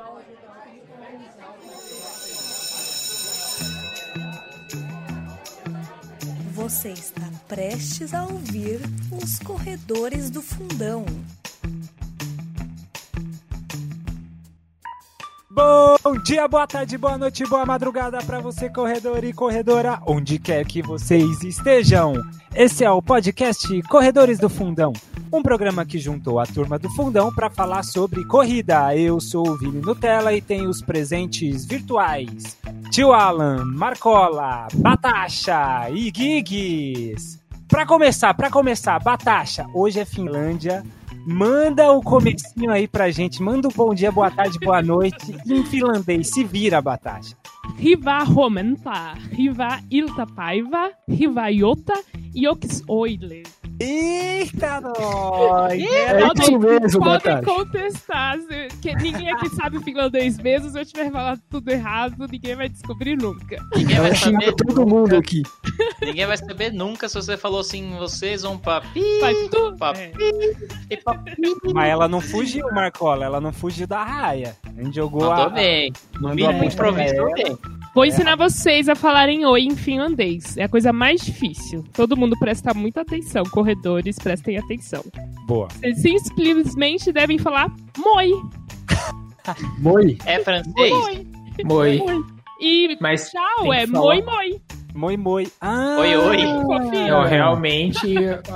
Você está prestes a ouvir Os Corredores do Fundão. Bom dia, boa tarde, boa noite, boa madrugada para você, corredor e corredora, onde quer que vocês estejam. Esse é o podcast Corredores do Fundão, um programa que juntou a turma do Fundão para falar sobre corrida. Eu sou o Vini Nutella e tenho os presentes virtuais: Tio Alan, Marcola, Batasha e Giggs. Pra começar, Batasha, hoje é Finlândia. Manda o comecinho aí pra gente. Manda um bom dia, boa tarde, boa noite em finlandês. Se vira, Batasha. Hyvää huomenta, hyvää iltapäivää, hyvää jota, joks oille. Eita, nós! É isso mesmo, Podem contestar, que ninguém aqui sabe finlandês mesmo. Se eu tiver falado tudo errado, ninguém vai descobrir nunca. Ninguém vai saber todo mundo aqui. Ninguém vai saber nunca se você falou assim, vocês vão papi, papi. Mas ela não fugiu, Marcola, ela não fugiu da raia. A gente jogou mandou bem. No mínimo improvisou bem. Vou ensinar vocês a falarem oi em finlandês. É a coisa mais difícil. Todo mundo presta muita atenção. Corredores, prestem atenção. Boa. Vocês simplesmente devem falar moi. Moi? É francês? Moi. E mas tchau é moi moi. Moi moi. Ah, oi. Não, realmente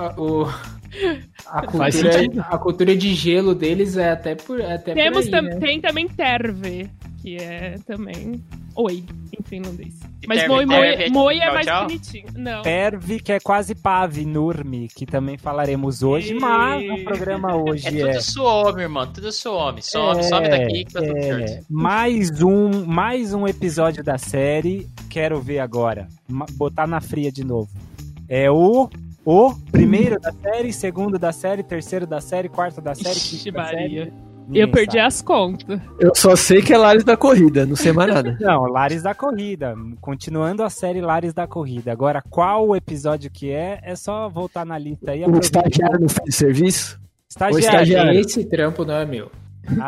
a cultura de gelo deles é até por Temos por aí, né? Tem também terve, que é também oi em finlandês. Mas terve, moi é mais tchau. bonitinho. Não. Terve, que é quase pave, nurmi, que também falaremos hoje, mas o programa hoje é tudo some, irmão, tudo some. Some daqui que tá tudo certo. Mais um episódio da série, quero ver agora. Botar na fria de novo. É o primeiro da série, segundo da série, terceiro da série, quarto da série, quinto da série. Eu perdi as contas. Eu só sei que é Lares da Corrida, não sei mais nada. Não, Lares da Corrida. Continuando a série Lares da Corrida. Agora, qual o episódio que é só voltar na lista aí. O estagiário não fez serviço? Estagiário. Esse trampo não é meu. Ah,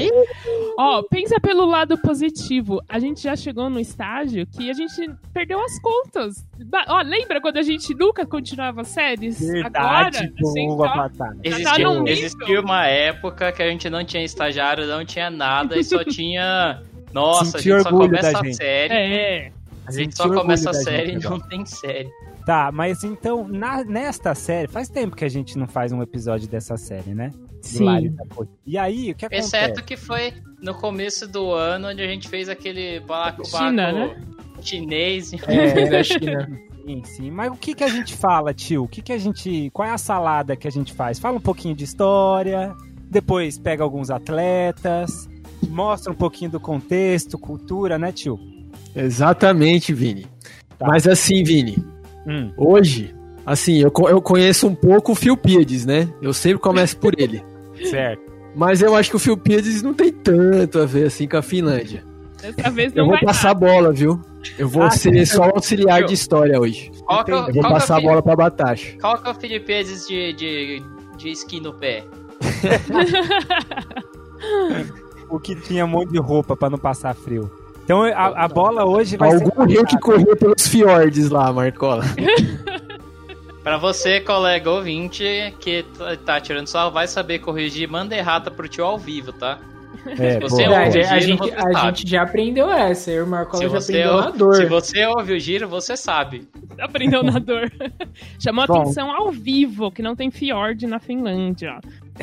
não. Pensa pelo lado positivo. A gente já chegou no estágio que a gente perdeu as contas. Lembra quando a gente nunca continuava séries? Verdade, agora, existiu uma época que a gente não tinha estagiário, não tinha nada e só tinha... Nossa, Senti a gente só começa a série. A gente só começa a série e não tem série. Tá, mas então, nesta série, faz tempo que a gente não faz um episódio dessa série, né? Sim. E aí, o que acontece? Exceto que foi no começo do ano, onde a gente fez aquele balacobaco China, né? Chinês. Da China. Sim. Mas o que a gente fala, tio? Qual é a salada que a gente faz? Fala um pouquinho de história, depois pega alguns atletas, mostra um pouquinho do contexto, cultura, né, tio? Exatamente, Vini. Tá. Mas assim, Vini, hoje, assim, eu conheço um pouco o Philpíades, né? Eu sempre começo por ele. Certo. Mas eu acho que o Philpíades não tem tanto a ver assim com a Finlândia. Dessa vez não eu vou passar a bola, viu? Eu vou ser só auxiliar de história hoje. Eu vou passar a bola pra Batasha. Qual que é o Philpíades de esqui no pé? O que tinha um monte de roupa pra não passar frio. Então a bola hoje vai ser... Algum rio que correu pelos fiordes lá, Marcola. Pra você, colega ouvinte, que tá tirando só, vai saber corrigir, manda errata pro tio ao vivo, tá? A gente já aprendeu essa, eu e o Marcola já aprendeu na dor. Se você ouve o giro, você sabe. Aprendeu na dor. Chamou atenção ao vivo, que não tem fiord na Finlândia.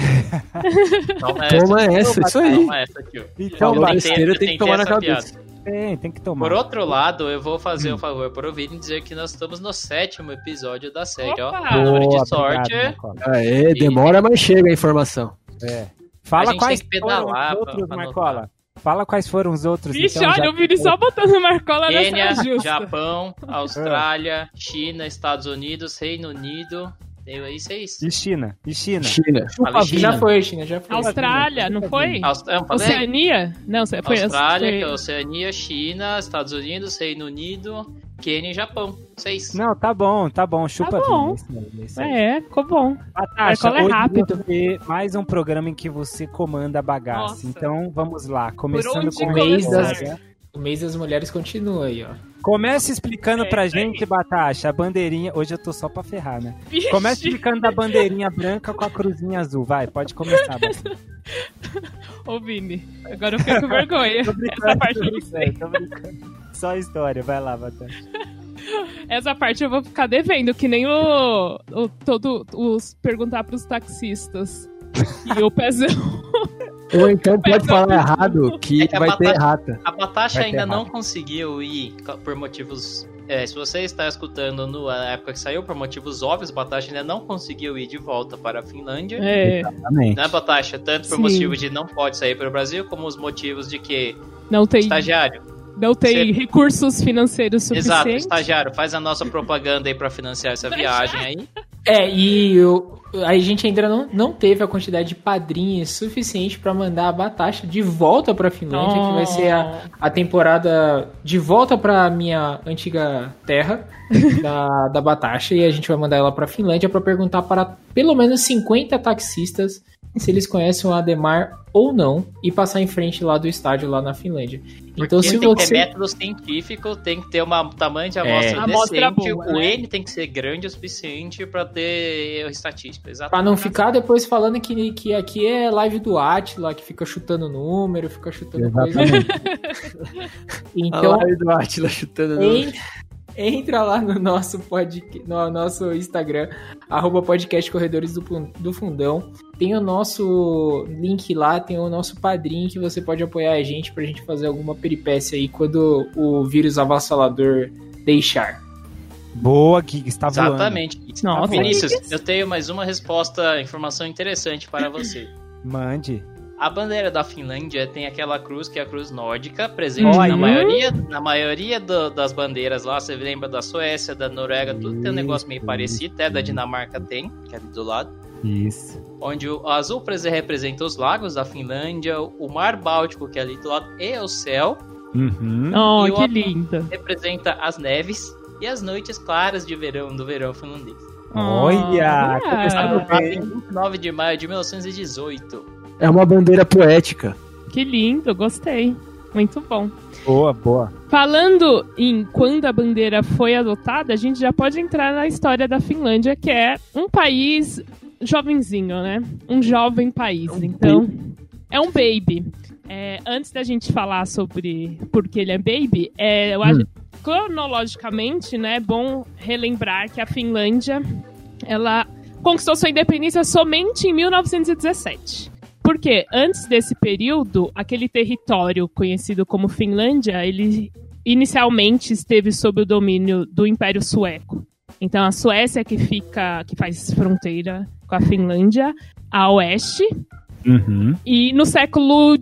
Toma essa, isso aí. Toma essa, tio. Então, besteira tem que tomar na cabeça. Tem que tomar. Por outro lado, eu vou fazer um favor para ouvir e dizer que nós estamos no 7º episódio da série, ó. Número de sorte. Aê, demora, mas chega a informação. Fala quais foram os outros, Marcola. Fala quais foram os outros. Vixe, então, olha, eu vi só botando Marcola Quênia, nessa justa. Japão, Austrália, China, Estados Unidos, Reino Unido, Tem aí 6. E China? Falei China já foi. Austrália, não foi? Oceania? Não, foi Austrália, Oceania, China, Estados Unidos, Reino Unido, Quênia e Japão. 6. Não, tá bom. Chupa tá bom. Ficou bom. Natasha, hoje rápido. Vou ter mais um programa em que você comanda a bagaça. Nossa. Então, vamos lá. Começando com o mês das mulheres continua aí, ó. Comece explicando pra gente, Batasha, a bandeirinha... Hoje eu tô só pra ferrar, né? Vixe. Comece explicando da bandeirinha branca com a cruzinha azul. Vai, pode começar. Ô, Vini, agora eu fiquei com vergonha. Essa parte eu não sei. Tô brincando. Só a história, vai lá, Batasha. Essa parte eu vou ficar devendo, que nem os perguntar pros taxistas. E o pezão... Ou então pode falar errado, que vai ter errata. A Batasha ainda não conseguiu ir por motivos... se você está escutando na época que saiu, por motivos óbvios, Batasha ainda não conseguiu ir de volta para a Finlândia. Exatamente. Né, Batasha? Tanto por motivo de não pode sair para o Brasil, como os motivos de que... Não tem... Estagiário. Não tem recursos financeiros suficientes. Exato, estagiário, faz a nossa propaganda aí para financiar essa viagem aí. E a gente ainda não teve a quantidade de padrinhos suficiente para mandar a Batasha de volta pra Finlândia, que vai ser a temporada de volta pra minha antiga terra da Batasha, e a gente vai mandar ela pra Finlândia para perguntar para pelo menos 50 taxistas se eles conhecem o Ademar ou não, e passar em frente lá do estádio lá na Finlândia. Então, se tem você... que ter método científico, tem que ter um tamanho de amostra decente, boa, o N tem que ser grande o suficiente para ter erro estatístico. Exatamente. Pra não ficar depois falando que aqui é live do Atila, que fica chutando número, fica chutando coisa. Então, a live do Atila chutando número. Entra lá no nosso Instagram, @podcast Corredores do Fundão. Tem o nosso link lá, tem o nosso padrinho que você pode apoiar a gente pra gente fazer alguma peripécia aí quando o vírus avassalador deixar. Boa, Gui, está voando. Exatamente. Nossa, Vinícius, eu tenho mais uma informação interessante para você. Mande. A bandeira da Finlândia tem aquela cruz, que é a cruz nórdica, presente na maioria das bandeiras lá. Você lembra da Suécia, da Noruega, tudo tem um negócio meio parecido. Até da Dinamarca tem, que é ali do lado. Isso. Onde o azul representa os lagos da Finlândia, o mar Báltico, que é ali do lado, e o céu. Uhum. Oh, e que lindo. Representa as neves e as noites claras do verão finlandês. Olha! Em 29 de maio de 1918. É uma bandeira poética. Que lindo, gostei. Muito bom. Boa. Falando em quando a bandeira foi adotada, a gente já pode entrar na história da Finlândia, que é um país jovenzinho, né? Um jovem país. Então, é um baby. Antes da gente falar sobre por que ele é baby, eu acho, cronologicamente, né, é bom relembrar que a Finlândia, ela conquistou sua independência somente em 1917. Porque antes desse período, aquele território conhecido como Finlândia, ele inicialmente esteve sob o domínio do Império Sueco. Então a Suécia que faz fronteira com a Finlândia a oeste. Uhum. E no século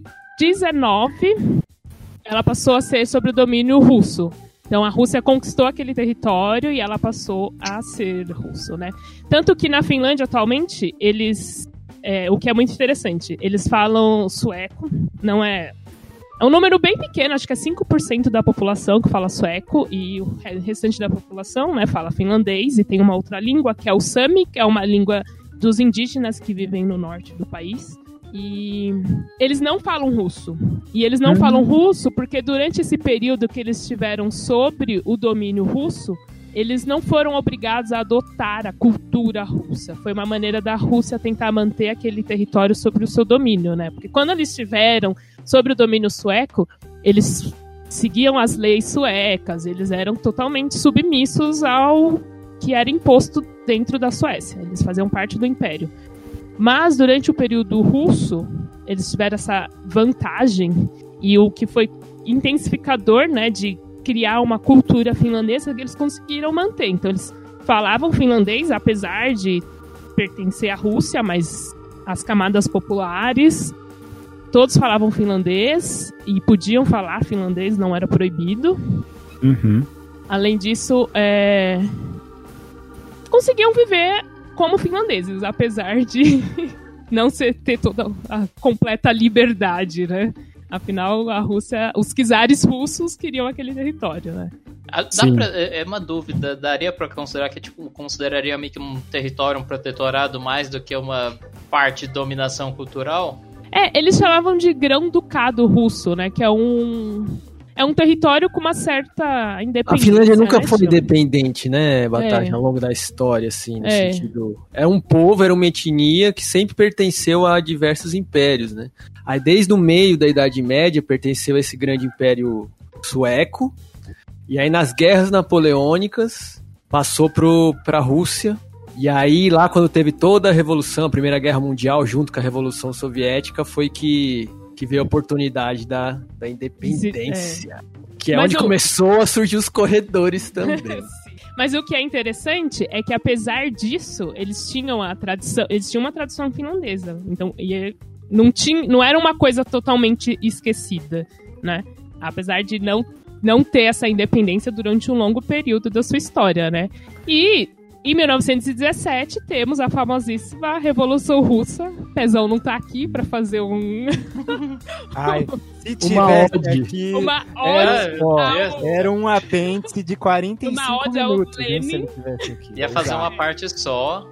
XIX, ela passou a ser sob o domínio russo. Então a Rússia conquistou aquele território e ela passou a ser russo, né? Tanto que na Finlândia atualmente eles... o que é muito interessante, eles falam sueco, não é um número bem pequeno, acho que é 5% da população que fala sueco, e o restante da população, né, fala finlandês, e tem uma outra língua, que é o Sami, que é uma língua dos indígenas que vivem no norte do país, e eles não falam russo. E eles não falam russo porque durante esse período que eles estiveram sobre o domínio russo, eles não foram obrigados a adotar a cultura russa. Foi uma maneira da Rússia tentar manter aquele território sobre o seu domínio, né? Porque quando eles estiveram sobre o domínio sueco, eles seguiam as leis suecas, eles eram totalmente submissos ao que era imposto dentro da Suécia. Eles faziam parte do império. Mas durante o período russo, eles tiveram essa vantagem, e o que foi intensificador, né, de criar uma cultura finlandesa que eles conseguiram manter. Então eles falavam finlandês, apesar de pertencer à Rússia, mas as camadas populares, todos falavam finlandês e podiam falar finlandês, não era proibido. Uhum. Além disso, conseguiam viver como finlandeses, apesar de não ter toda a completa liberdade, né? Afinal, a Rússia, os czares russos queriam aquele território, né? É uma dúvida, daria pra considerar que, tipo, consideraria meio que um território, um protetorado, mais do que uma parte de dominação cultural? Eles chamavam de grão-ducado russo, né? Que é um território com uma certa independência. A Finlândia nunca foi independente, né, Batata, ao longo da história, assim, no sentido... Era um povo, era uma etnia que sempre pertenceu a diversos impérios, né? Aí, desde o meio da Idade Média, pertenceu a esse grande império sueco, e aí nas guerras napoleônicas, passou pra Rússia, e aí lá quando teve toda a Revolução, a Primeira Guerra Mundial, junto com a Revolução Soviética, foi que veio a oportunidade da independência, que é onde começou a surgir os corredores também. Mas o que é interessante é que, apesar disso, eles tinham uma tradição finlandesa. Então, não era uma coisa totalmente esquecida, né? Apesar de não ter essa independência durante um longo período da sua história, né? E em 1917 temos a famosíssima Revolução Russa. Pezão não tá aqui pra fazer um... Ai, se tivesse aqui... Uma ode era um apêndice de 45 minutos. Se ele tivesse aqui. Ia fazer uma parte só.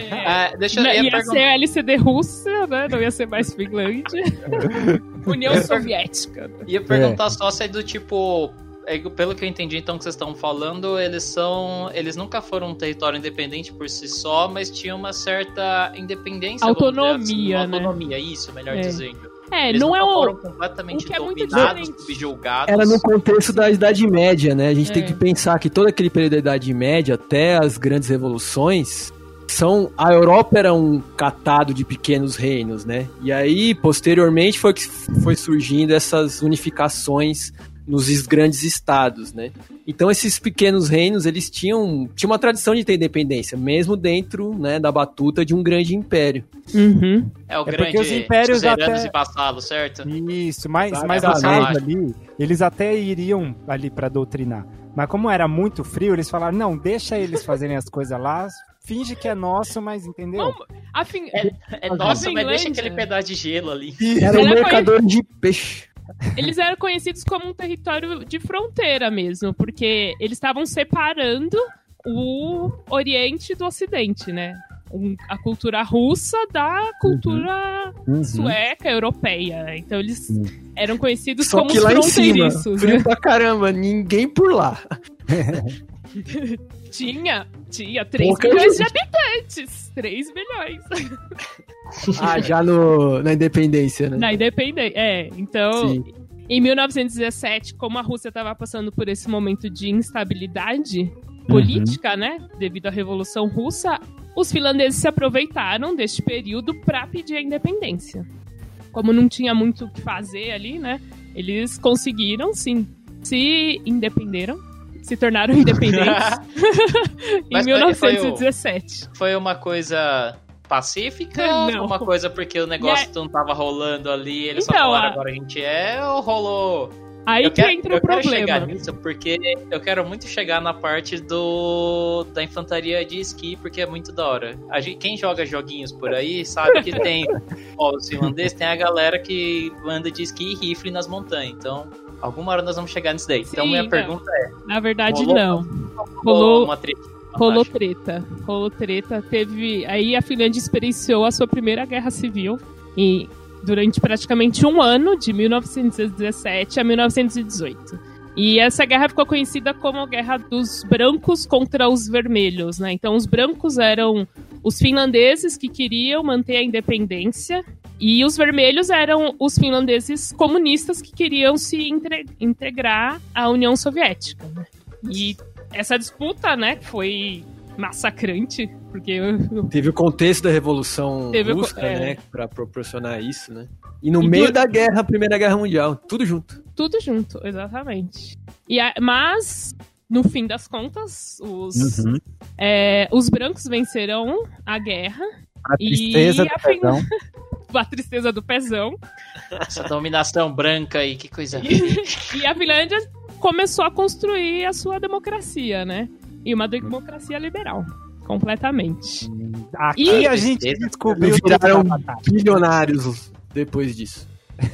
Ia ser LCD Rússia, né? Não ia ser mais Finlândia. União Soviética. Ia perguntar só se é do tipo... Pelo que eu entendi, então, que vocês estão falando, eles nunca foram um território independente por si só, mas tinham uma certa independência. Autonomia, assim, autonomia, isso, melhor dizendo. Eles não foram completamente dominados, subjugados. Era no contexto da Idade Média, né? A gente tem que pensar que todo aquele período da Idade Média, até as grandes revoluções, a Europa era um catado de pequenos reinos, né? E aí, posteriormente, foi surgindo essas unificações nos grandes estados, né? Então esses pequenos reinos, eles tinham uma tradição de ter independência, mesmo dentro, né, da batuta de um grande império. Uhum. O grande porque os impérios até... e vassalo, certo? Isso, mas os ali, eles até iriam ali pra doutrinar. Mas como era muito frio, eles falaram, não, deixa eles fazerem as coisas lá, finge que é nosso, mas entendeu? Nossa, mas deixa aquele pedaço de gelo ali. Era um mercador de peixe. Eles eram conhecidos como um território de fronteira mesmo, porque eles estavam separando o Oriente do Ocidente, né? A cultura russa da cultura sueca, europeia. Então eles eram conhecidos como os fronteiriços. Em cima, frio pra caramba, ninguém por lá. Tinha 3 milhões de habitantes. 3 milhões. Já na independência, né? Na independência, então... Sim. Em 1917, como a Rússia estava passando por esse momento de instabilidade política, né? Devido à Revolução Russa, os finlandeses se aproveitaram deste período para pedir a independência. Como não tinha muito o que fazer ali, né? Eles conseguiram, sim, se tornaram independentes em 1917. Foi uma coisa pacífica? Não. Uma coisa porque o negócio não tava rolando ali, eles só falaram agora a gente ou rolou... Aí entra o problema. Eu quero chegar nisso porque eu quero muito chegar na parte da infantaria de esqui, porque é muito da hora. Quem joga joguinhos por aí sabe que tem os finlandeses, tem a galera que anda de esqui e rifle nas montanhas. Então, alguma hora nós vamos chegar nisso daí. Sim, então, minha pergunta é... Na verdade, não. Rolou uma treta. Rolou treta. Aí a Finlândia experienciou a sua primeira guerra civil durante praticamente um ano, de 1917 a 1918. E essa guerra ficou conhecida como a Guerra dos Brancos contra os Vermelhos, né? Então os brancos eram os finlandeses que queriam manter a independência e os vermelhos eram os finlandeses comunistas que queriam se integrar à União Soviética, né? E essa disputa, né, foi massacrante, porque... Teve o contexto da Revolução Russa, né, pra proporcionar isso, né? E no meio da guerra, a Primeira Guerra Mundial, tudo junto. Tudo junto, exatamente. Mas, no fim das contas, os brancos vencerão a guerra. A tristeza do pezão. A tristeza do pezão. Essa dominação branca aí, que coisa. E a Finlândia começou a construir a sua democracia, né? E uma democracia liberal. Completamente. Aqui a gente descobriu que viraram bilionários depois disso.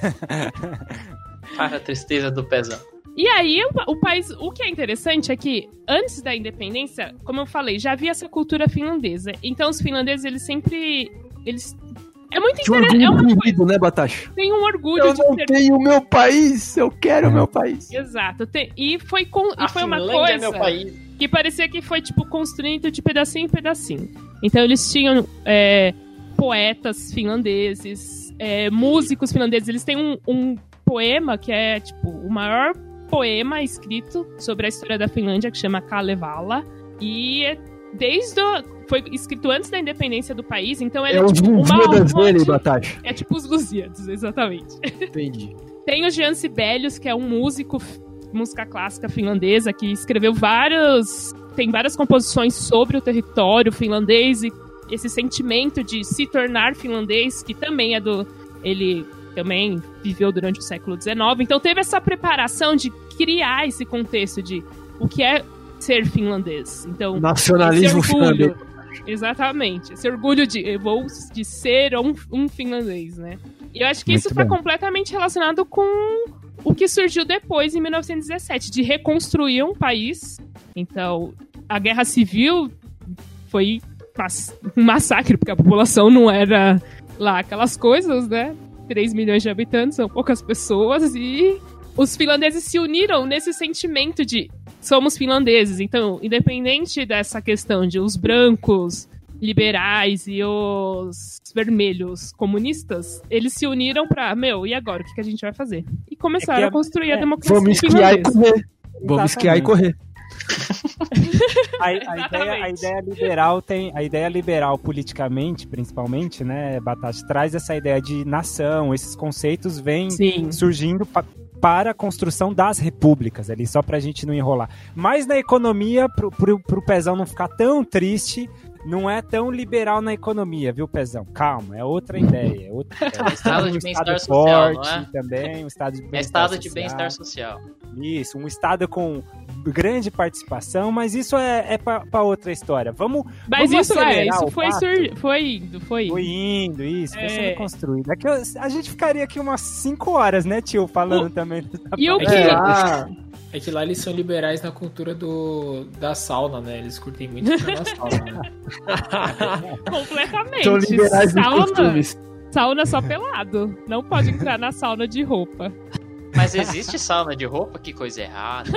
Para a tristeza do pezão. E aí, o país, o que é interessante é que, antes da independência, como eu falei, já havia essa cultura finlandesa. Então, os finlandeses, eles é muito interessante. É uma coisa, né, Batacha? Tem um orgulho eu não tenho o meu país, eu quero o meu país. Exato. E foi uma coisa é meu país. Que parecia que foi, tipo, construído de pedacinho em pedacinho. Então, eles tinham poetas finlandeses, músicos finlandeses. Eles têm um poema que é, tipo, o maior poema escrito sobre a história da Finlândia, que chama Kalevala, e foi escrito antes da independência do país, então ele é tipo É tipo os Lusíadas, exatamente. Entendi. Tem o Jean Sibelius, que é um música clássica finlandesa, que escreveu tem várias composições sobre o território finlandês e esse sentimento de se tornar finlandês, que também ele também viveu durante o século XIX, então teve essa preparação de criar esse contexto de o que é ser finlandês. Então, nacionalismo finlandês. Exatamente. Esse orgulho de ser um finlandês, né? E eu acho que isso está completamente relacionado com o que surgiu depois, em 1917, de reconstruir um país. Então, a Guerra Civil foi um massacre, porque a população não era lá aquelas coisas, né? 3 milhões de habitantes, são poucas pessoas, e os finlandeses se uniram nesse sentimento de somos finlandeses. Então, independente dessa questão de os brancos liberais e os vermelhos comunistas, eles se uniram pra, e agora? O que a gente vai fazer? E começaram a construir a democracia Vamos esquiar e correr. Vamos esquiar e correr. A ideia liberal politicamente, principalmente, né, Batacha, traz essa ideia de nação, esses conceitos vêm surgindo para a construção das repúblicas ali, só pra gente não enrolar. Mas na economia, pro Pezão não ficar tão triste, não é tão liberal na economia, viu, Pezão? Calma, é outra ideia. Estado de bem-estar social, não é? Também, um estado de bem-estar estado social. De bem-estar social. Isso, um estado com grande participação, mas isso é pra outra história. Vamos isso acelerar foi indo. Foi sendo construído. É que a gente ficaria aqui umas 5 horas, né, tio, falando também. E o que... É que lá eles são liberais na cultura da sauna, né? Eles curtem muito ficar na sauna, né? Completamente. São liberais nos costumes. Sauna só pelado. Não pode entrar na sauna de roupa. Mas existe sauna de roupa? Que coisa errada.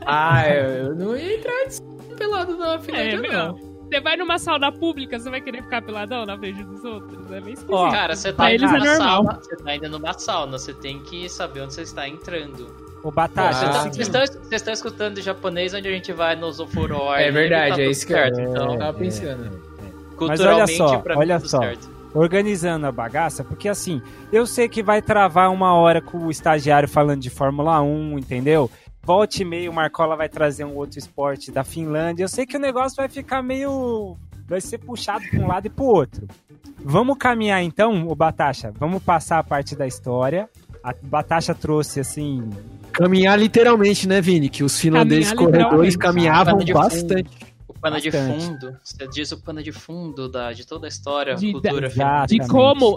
Eu não ia entrar pelado na Finlândia, não. Você vai numa sauna pública, você vai querer ficar peladão na frente dos outros? É meio esquisito. Cara, você tá indo numa sauna, você tá indo numa sauna, você tem que saber onde você está entrando. Ô, Batacha, vocês estão escutando japonês, onde a gente vai nos ofuroi. É verdade, é isso que eu tava pensando. Culturalmente, mas olha só, certo. Organizando a bagaça, porque assim, eu sei que vai travar uma hora com o estagiário falando de Fórmula 1, entendeu? Volte e meio, o Marcola vai trazer um outro esporte da Finlândia. Eu sei que o negócio vai ficar vai ser puxado para um lado e pro outro. Vamos caminhar então, o Batacha, vamos passar a parte da história. A Batacha trouxe, assim... Caminhar literalmente, né, Vini? Que os finlandeses corredores caminhavam bastante. O pano de fundo. Você diz o pano de fundo de toda a história, cultura finlandesa. De como...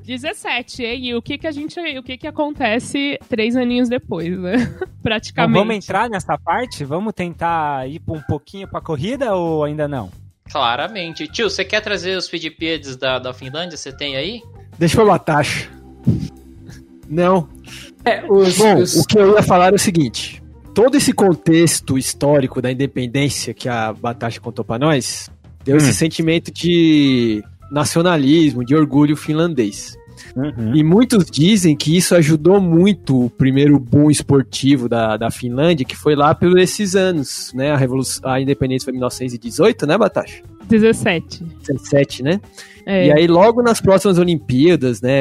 17, hein? E o que acontece 3 aninhos depois, né? Praticamente. Então, vamos entrar nessa parte? Vamos tentar ir um pouquinho pra corrida ou ainda não? Claramente. Tio, você quer trazer os Fidipíades da Finlândia? Você tem aí? Deixa eu Batacha. Não. O que eu ia falar é o seguinte. Todo esse contexto histórico da independência que a Batacha contou pra nós, deu esse sentimento de nacionalismo, de orgulho finlandês. E muitos dizem que isso ajudou muito o primeiro boom esportivo da Finlândia, que foi lá por esses anos, né? A independência foi em 1918, né, Batacha? 17, né? E aí logo nas próximas Olimpíadas, né,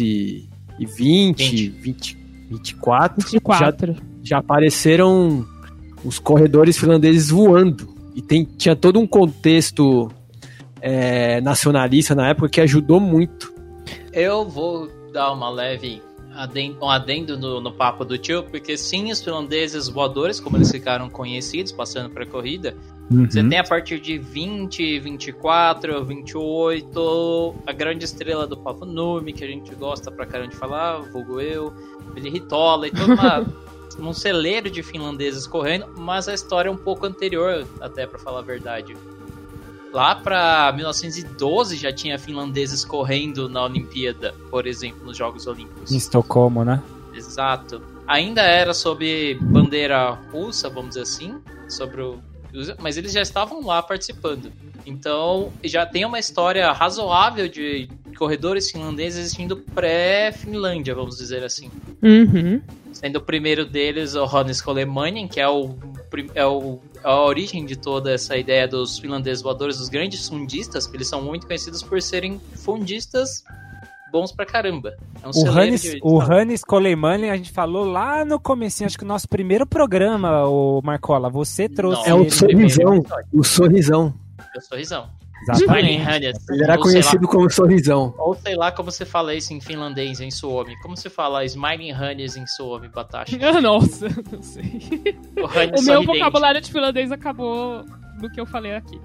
1920, 24. Já apareceram os corredores finlandeses voando. E tinha todo um contexto nacionalista na época que ajudou muito. Eu vou dar uma leve adendo no papo do tio, porque sim, os finlandeses voadores, como eles ficaram conhecidos, passando para a corrida, Você tem a partir de 20, 24, 28, a grande estrela do Paavo Nurmi, que a gente gosta pra caramba de falar, vulgo eu, Vili Hitola e todo um celeiro de finlandeses correndo, mas a história é um pouco anterior, até pra falar a verdade. Lá pra 1912 já tinha finlandeses correndo na Olimpíada, por exemplo, nos Jogos Olímpicos. Em Estocolmo, né? Exato. Ainda era sob bandeira russa, vamos dizer assim, mas eles já estavam lá participando. Então, já tem uma história razoável de corredores finlandeses existindo pré-Finlândia, vamos dizer assim. Sendo o primeiro deles o Hannes Kolemainen, que é a origem de toda essa ideia dos finlandeses voadores, dos grandes fundistas, porque eles são muito conhecidos por serem fundistas bons pra caramba. É o Hannes Kolemainen, a gente falou lá no comecinho, acho que o nosso primeiro programa, o Marcola, você trouxe... É o Sorrisão. O Sorrisão. É o Sorrisão. Exatamente. Ele era conhecido como Sorrisão. Ou sei lá como você fala isso em finlandês, em Suomi. Como se fala Smiling Hannes em Suomi, Batasha? Nossa, não sei. O meu vocabulário de finlandês acabou do que eu falei aqui.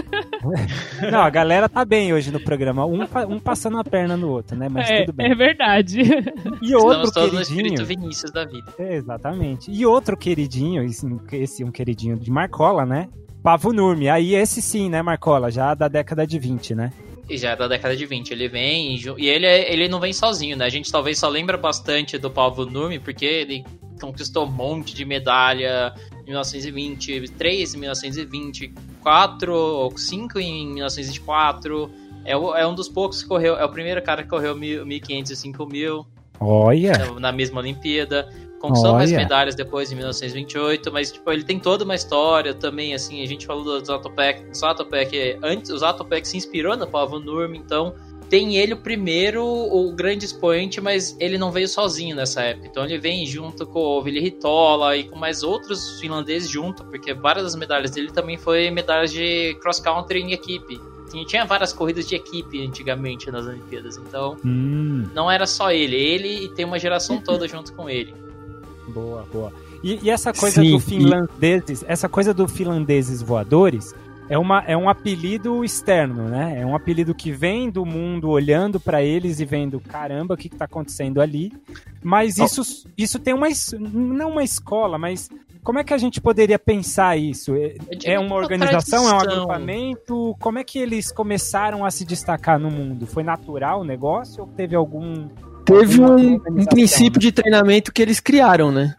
Não, a galera tá bem hoje no programa. Um passando a perna no outro, né? Mas tudo bem. É verdade. E outro Estamos todos queridinho... no espírito Vinícius da vida. Exatamente. E outro queridinho, esse um queridinho de Marcola, né? Paavo Nurmi. Aí esse sim, né, Marcola? Já da década de 20, né? E já é da década de 20. Ele vem e ele não vem sozinho, né? A gente talvez só lembra bastante do Paavo Nurmi porque ele conquistou um monte de medalha em 1920, 3 em 1920, 4 ou 5 em 1924. É um dos poucos que correu. É o primeiro cara que correu 1.500 e 5.000. Olha! Na mesma Olimpíada. Conquistou mais medalhas depois, em 1928, mas tipo, ele tem toda uma história também, assim, a gente falou do Zatopek antes, o Zatopek se inspirou no Paavo Nurmi, então tem ele o primeiro, o grande expoente, mas ele não veio sozinho nessa época, então ele vem junto com o Vili Hitola e com mais outros finlandeses junto, porque várias das medalhas dele também foi medalhas de cross-country em equipe. Tinha várias corridas de equipe antigamente nas Olimpíadas, então não era só ele e tem uma geração toda junto com ele. Boa. E essa coisa do finlandeses, essa coisa do finlandeses voadores é um apelido externo, né? É um apelido que vem do mundo olhando pra eles e vendo, caramba, o que tá acontecendo ali. Mas isso tem não uma escola, mas como é que a gente poderia pensar isso? É uma organização, é um agrupamento? Como é que eles começaram a se destacar no mundo? Foi natural o negócio ou teve algum... Teve um princípio de treinamento que eles criaram, né?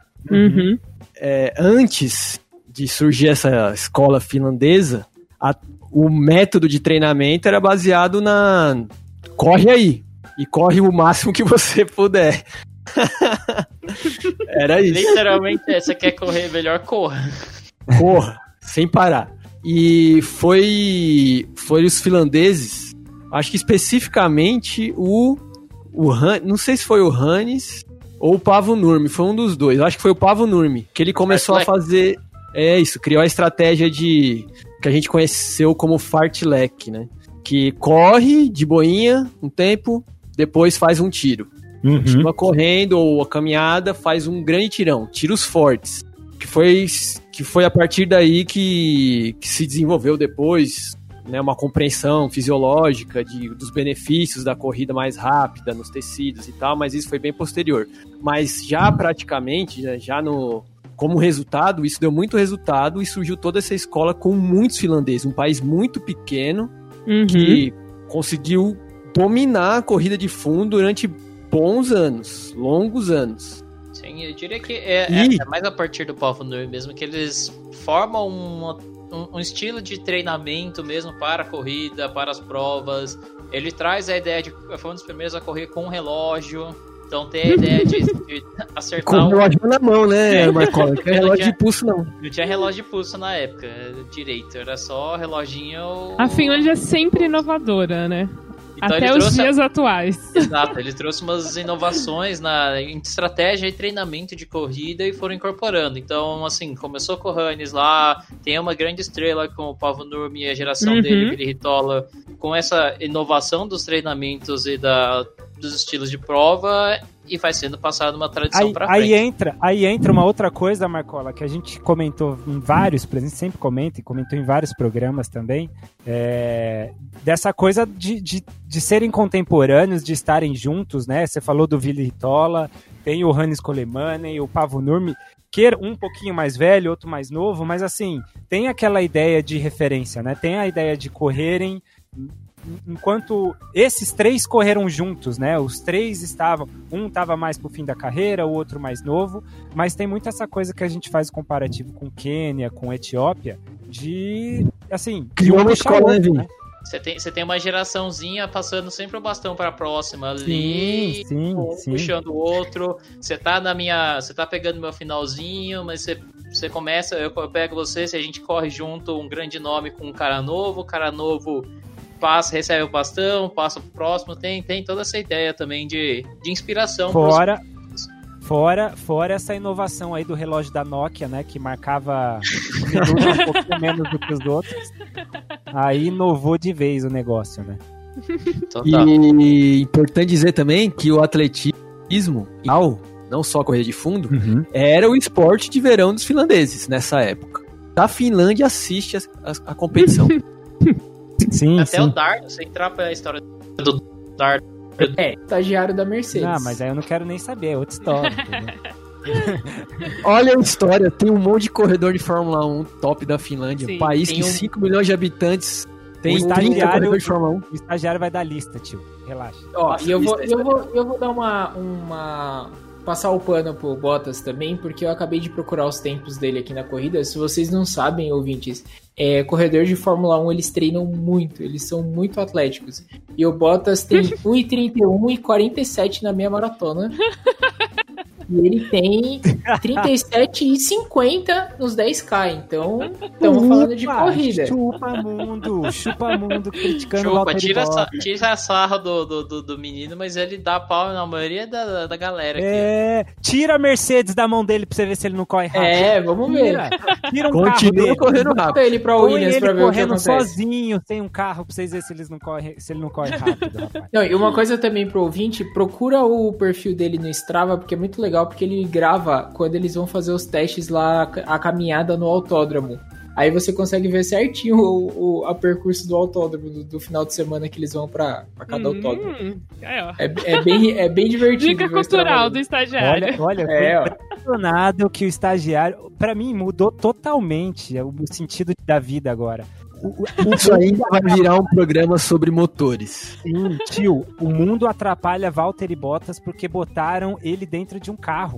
Antes de surgir essa escola finlandesa, o método de treinamento era baseado na... Corre aí! E corre o máximo que você puder. Era isso. Literalmente, você quer correr melhor, corra. Corra, sem parar. E foi os finlandeses, acho que especificamente não sei se foi o Hannes ou o Paavo Nurmi, foi um dos dois. Acho que foi o Paavo Nurmi, que ele começou a fazer... criou a estratégia que a gente conheceu como fartlek, né? Que corre de boinha um tempo, depois faz um tiro. Continua correndo ou a caminhada, faz um grande tirão, tiros fortes. Que foi a partir daí que se desenvolveu depois... Né, uma compreensão fisiológica dos benefícios da corrida mais rápida nos tecidos e tal, mas isso foi bem posterior. Mas já praticamente, como resultado, isso deu muito resultado e surgiu toda essa escola com muitos finlandeses, um país muito pequeno que conseguiu dominar a corrida de fundo durante bons anos, longos anos. Sim, eu diria que é mais a partir do Paavo Nurmi mesmo que eles formam um estilo de treinamento mesmo para a corrida, para as provas. Ele traz a ideia foi um dos primeiros a correr com um relógio. Então tem a ideia de acertar... Com o relógio na mão, né, Marcola? Não tinha relógio de pulso, não. Não tinha relógio de pulso na época, direito. Era só reloginho... A Finlândia é sempre inovadora, né? Então até os dias atuais. Exato, ele trouxe umas inovações em estratégia e treinamento de corrida e foram incorporando. Então, assim, começou com o Hannes lá, tem uma grande estrela com o Paavo Nurmi e a geração dele, Vili Hitola, com essa inovação dos treinamentos e dos estilos de prova, e vai sendo passado uma tradição para frente. Aí entra uma outra coisa, Marcola, que a gente comentou em vários, a gente sempre comenta e comentou em vários programas também, dessa coisa de serem contemporâneos, de estarem juntos, né? Você falou do Ville Ritola, tem o Hannes Kolemanen, o Paavo Nurmi, um pouquinho mais velho, outro mais novo, mas assim, tem aquela ideia de referência, né? Tem a ideia de correrem enquanto esses três correram juntos, né? Os três um estava mais pro fim da carreira, o outro mais novo, mas tem muito essa coisa que a gente faz comparativo com Quênia, com Etiópia, de, assim, de uma escola, né? Você tem uma geraçãozinha passando sempre o bastão para a próxima ali, sim. puxando o outro. Você tá pegando meu finalzinho, mas você começa, eu pego você, se a gente corre junto, um grande nome com um cara novo, o cara novo recebe o bastão, passa pro próximo, tem toda essa ideia também de inspiração. Fora essa inovação aí do relógio da Nokia, né, que marcava um pouquinho menos do que os outros. Aí inovou de vez o negócio, né? Total. E importante dizer também que o atletismo, não só a corrida de fundo, era o esporte de verão dos finlandeses nessa época. A Finlândia assiste a competição. Sim, até o Dardo, você entrar pra história do Dardo. Estagiário da Mercedes. Ah, mas aí eu não quero nem saber, é outra história. Olha a história, tem um monte de corredor de Fórmula 1 top da Finlândia, um país que 5 milhões de habitantes tem 30 corredores de Fórmula 1. O estagiário vai dar lista, tio, relaxa. Ó, e eu vou dar uma passar o pano pro Bottas também, porque eu acabei de procurar os tempos dele aqui na corrida. Se vocês não sabem, ouvintes, corredor de Fórmula 1, eles treinam muito, eles são muito atléticos. E o Bottas tem 1,31 e 47 na meia maratona. E ele tem 37 e 50 nos 10K, então estamos falando de corrida. Chupa mundo, criticando o Valtteri Bottas. Tira a sarra do menino, mas ele dá pau na maioria da galera aqui. Tira a Mercedes da mão dele pra você ver se ele não corre rápido. Vamos ver. Tira Continua correndo rápido. Ele pra Williams pra ver o que correndo acontece. sozinho, sem um carro, pra vocês verem se ele não corre rápido, rapaz. Não, e uma coisa também pro ouvinte, procura o perfil dele no Strava, porque é muito legal, porque ele grava quando eles vão fazer os testes lá, a caminhada no autódromo. Aí você consegue ver certinho o percurso do autódromo, do final de semana que eles vão pra cada autódromo. É bem divertido. Dica cultural do estagiário. Olha, eu tô impressionado que o estagiário, pra mim, mudou totalmente o sentido da vida agora. Isso ainda vai virar um programa sobre motores. Sim, tio, o mundo atrapalha Valtteri Bottas porque botaram ele dentro de um carro.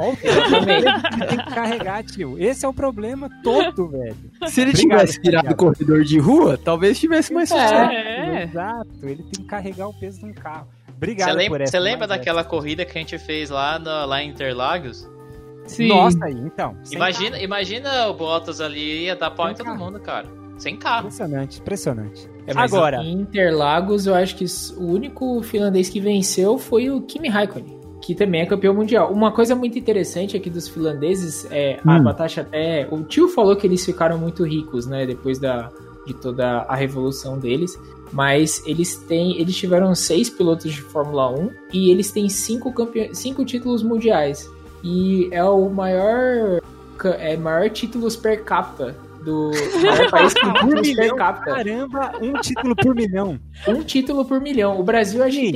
Ele tem que carregar, tio. Esse é o problema todo, velho. Se ele tivesse virado corredor de rua, talvez tivesse mais sucesso. Exato, ele tem que carregar o peso de um carro. Obrigado por essa. Você lembra daquela corrida que a gente fez lá em Interlagos? Sim. Nossa, aí, então. Imagina o Bottas ali, ia dar pau em todo mundo, cara. Sem carro. Impressionante. Agora, em Interlagos, eu acho que o único finlandês que venceu foi o Kimi Raikkonen, que também é campeão mundial. Uma coisa muito interessante aqui dos finlandeses a Batasha até... O tio falou que eles ficaram muito ricos, né? Depois de toda a revolução deles. Mas eles tiveram 6 pilotos de Fórmula 1 e eles têm 5 títulos mundiais. E é o maior títulos per capita do maior país com títulos per capita. Caramba, um título por milhão. Um título por milhão. O Brasil, a gente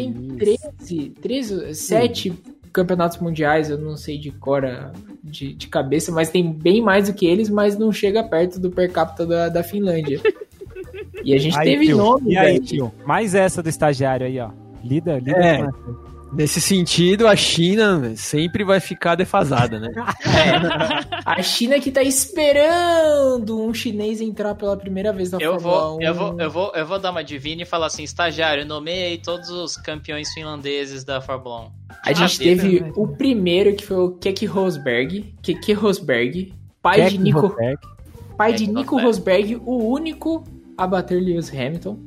tem 7 campeonatos mundiais, eu não sei de cor de cabeça, mas tem bem mais do que eles, mas não chega perto do per capita da Finlândia. E a gente teve nome, e aí, tio? Mais essa do estagiário aí, ó. Lida com nesse sentido, a China sempre vai ficar defasada, né? A China que tá esperando um chinês entrar pela primeira vez na Fórmula 1. Eu vou dar uma divina e falar assim, estagiário, nomeei todos os campeões finlandeses da Fórmula 1. A gente teve o primeiro, que foi o Keke Rosberg, pai de Nico Rosberg, o único a bater Lewis Hamilton.